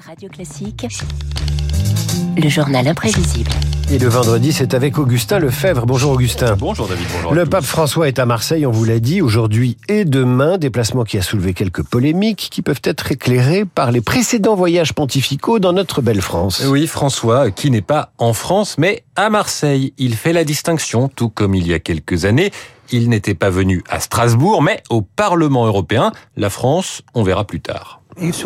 Radio Classique, le journal imprévisible. Et le vendredi, c'est avec Augustin Lefebvre. Bonjour Augustin. Bonjour David, bonjour. Le pape François est à Marseille, on vous l'a dit, aujourd'hui et demain. Déplacement qui a soulevé quelques polémiques qui peuvent être éclairées par les précédents voyages pontificaux dans notre belle France. Oui, François, qui n'est pas en France, mais à Marseille. Il fait la distinction, tout comme il y a quelques années. Il n'était pas venu à Strasbourg, mais au Parlement européen. La France, on verra plus tard.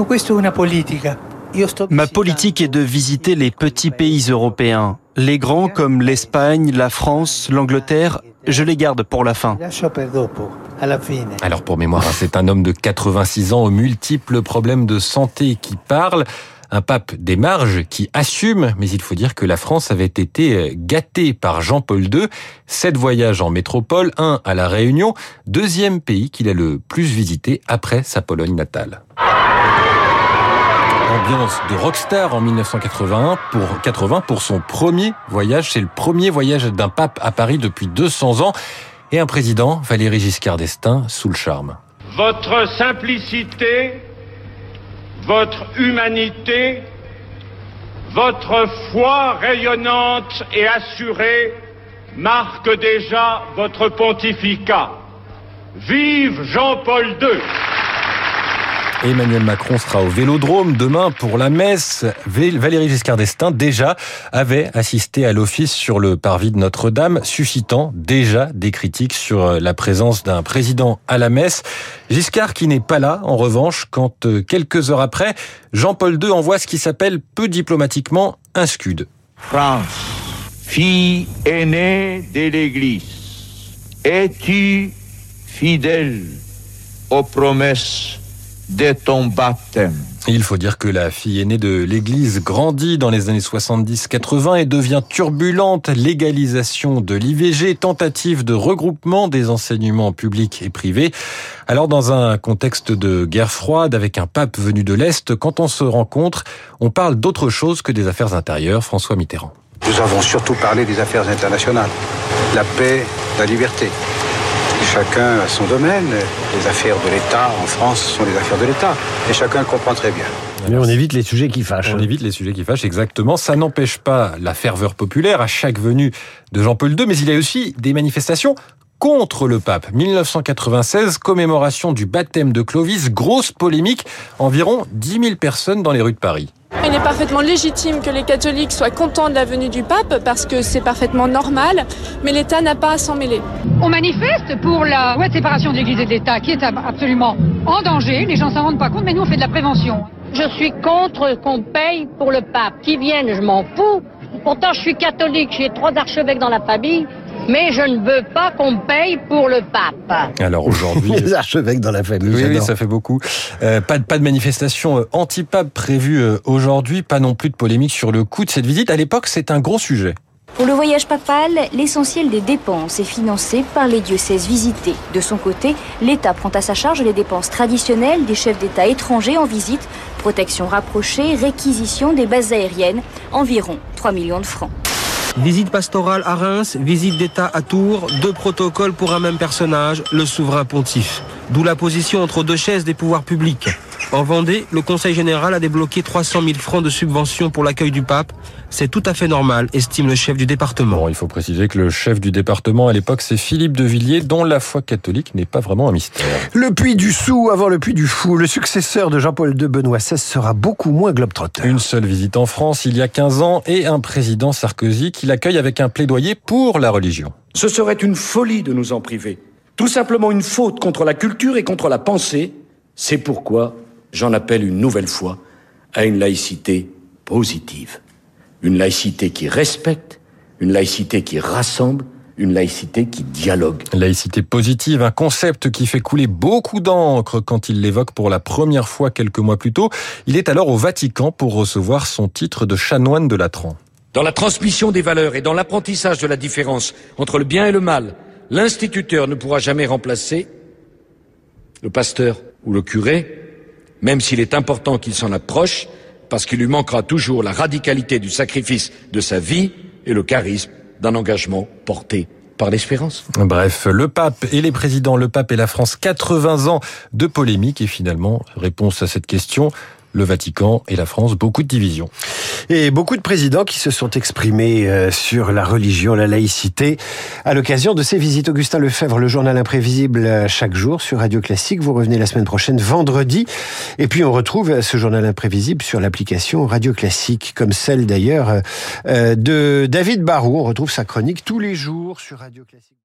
Ma politique est de visiter les petits pays européens. Les grands comme l'Espagne, la France, l'Angleterre, je les garde pour la fin. Alors pour mémoire, c'est un homme de 86 ans aux multiples problèmes de santé qui parle. Un pape des marges qui assume, mais il faut dire que la France avait été gâtée par Jean-Paul II. 7 voyages en métropole, 1 à La Réunion, 2e pays qu'il a le plus visité après sa Pologne natale. Ambiance de rockstar en 1981 pour son premier voyage. C'est le premier voyage d'un pape à Paris depuis 200 ans. Et un président, Valéry Giscard d'Estaing, sous le charme. Votre simplicité, votre humanité, votre foi rayonnante et assurée marquent déjà votre pontificat. Vive Jean-Paul II! Emmanuel Macron sera au Vélodrome demain pour la messe. Valéry Giscard d'Estaing, déjà, avait assisté à l'office sur le parvis de Notre-Dame, suscitant déjà des critiques sur la présence d'un président à la messe. Giscard qui n'est pas là, en revanche, quand quelques heures après, Jean-Paul II envoie ce qui s'appelle peu diplomatiquement un scud. France, fille aînée de l'Église, es-tu fidèle aux promesses de ton baptême? Il faut dire que la fille aînée de l'Église grandit dans les années 70-80 et devient turbulente. Légalisation de l'IVG, tentative de regroupement des enseignements publics et privés. Alors dans un contexte de guerre froide avec un pape venu de l'Est, quand on se rencontre, on parle d'autre chose que des affaires intérieures. François Mitterrand. Nous avons surtout parlé des affaires internationales, la paix, la liberté. Chacun a son domaine. Les affaires de l'État en France sont les affaires de l'État. Et chacun le comprend très bien. Mais on évite les sujets qui fâchent. On évite les sujets qui fâchent, exactement. Ça n'empêche pas la ferveur populaire à chaque venue de Jean-Paul II, mais il y a aussi des manifestations contre le pape. 1996, commémoration du baptême de Clovis, grosse polémique, environ 10 000 personnes dans les rues de Paris. Il est parfaitement légitime que les catholiques soient contents de la venue du pape parce que c'est parfaitement normal, mais l'État n'a pas à s'en mêler. On manifeste pour la loi de séparation de l'Église et de l'État qui est absolument en danger. Les gens s'en rendent pas compte, mais nous on fait de la prévention. Je suis contre qu'on paye pour le pape. Qui vienne, je m'en fous. Pourtant je suis catholique, j'ai 3 archevêques dans la famille. Mais je ne veux pas qu'on paye pour le pape. Alors aujourd'hui... Les archevêques dans la famille, oui, ça fait beaucoup. Pas de manifestation anti-pape prévue aujourd'hui, pas non plus de polémique sur le coût de cette visite. À l'époque, c'est un gros sujet. Pour le voyage papal, l'essentiel des dépenses est financé par les diocèses visités. De son côté, l'État prend à sa charge les dépenses traditionnelles des chefs d'État étrangers en visite, protection rapprochée, réquisition des bases aériennes, environ 3 millions de francs. Visite pastorale à Reims, visite d'État à Tours, 2 protocoles pour un même personnage, le souverain pontife. D'où la position entre 2 chaises des pouvoirs publics. En Vendée, le Conseil général a débloqué 300 000 francs de subvention pour l'accueil du pape. C'est tout à fait normal, estime le chef du département. Bon, il faut préciser que le chef du département à l'époque, c'est Philippe de Villiers, dont la foi catholique n'est pas vraiment un mystère. Le Puy du Sou avant le Puy du Fou. Le successeur de Jean-Paul II, Benoît XVI, sera beaucoup moins globetrotter. Une seule visite en France il y a 15 ans et un président Sarkozy qui l'accueille avec un plaidoyer pour la religion. Ce serait une folie de nous en priver. Tout simplement une faute contre la culture et contre la pensée. C'est pourquoi j'en appelle une nouvelle fois à une laïcité positive. Une laïcité qui respecte, une laïcité qui rassemble, une laïcité qui dialogue. Laïcité positive, un concept qui fait couler beaucoup d'encre quand il l'évoque pour la première fois quelques mois plus tôt. Il est alors au Vatican pour recevoir son titre de chanoine de Latran. Dans la transmission des valeurs et dans l'apprentissage de la différence entre le bien et le mal, l'instituteur ne pourra jamais remplacer le pasteur ou le curé, même s'il est important qu'il s'en approche, parce qu'il lui manquera toujours la radicalité du sacrifice de sa vie et le charisme d'un engagement porté par l'espérance. Bref, le pape et les présidents, le pape et la France, 80 ans de polémique et finalement, réponse à cette question, le Vatican et la France, beaucoup de divisions. Et beaucoup de présidents qui se sont exprimés sur la religion, la laïcité, à l'occasion de ces visites. Augustin Lefebvre, le journal imprévisible chaque jour sur Radio Classique. Vous revenez la semaine prochaine, vendredi. Et puis on retrouve ce journal imprévisible sur l'application Radio Classique, comme celle d'ailleurs de David Barrault. On retrouve sa chronique tous les jours sur Radio Classique.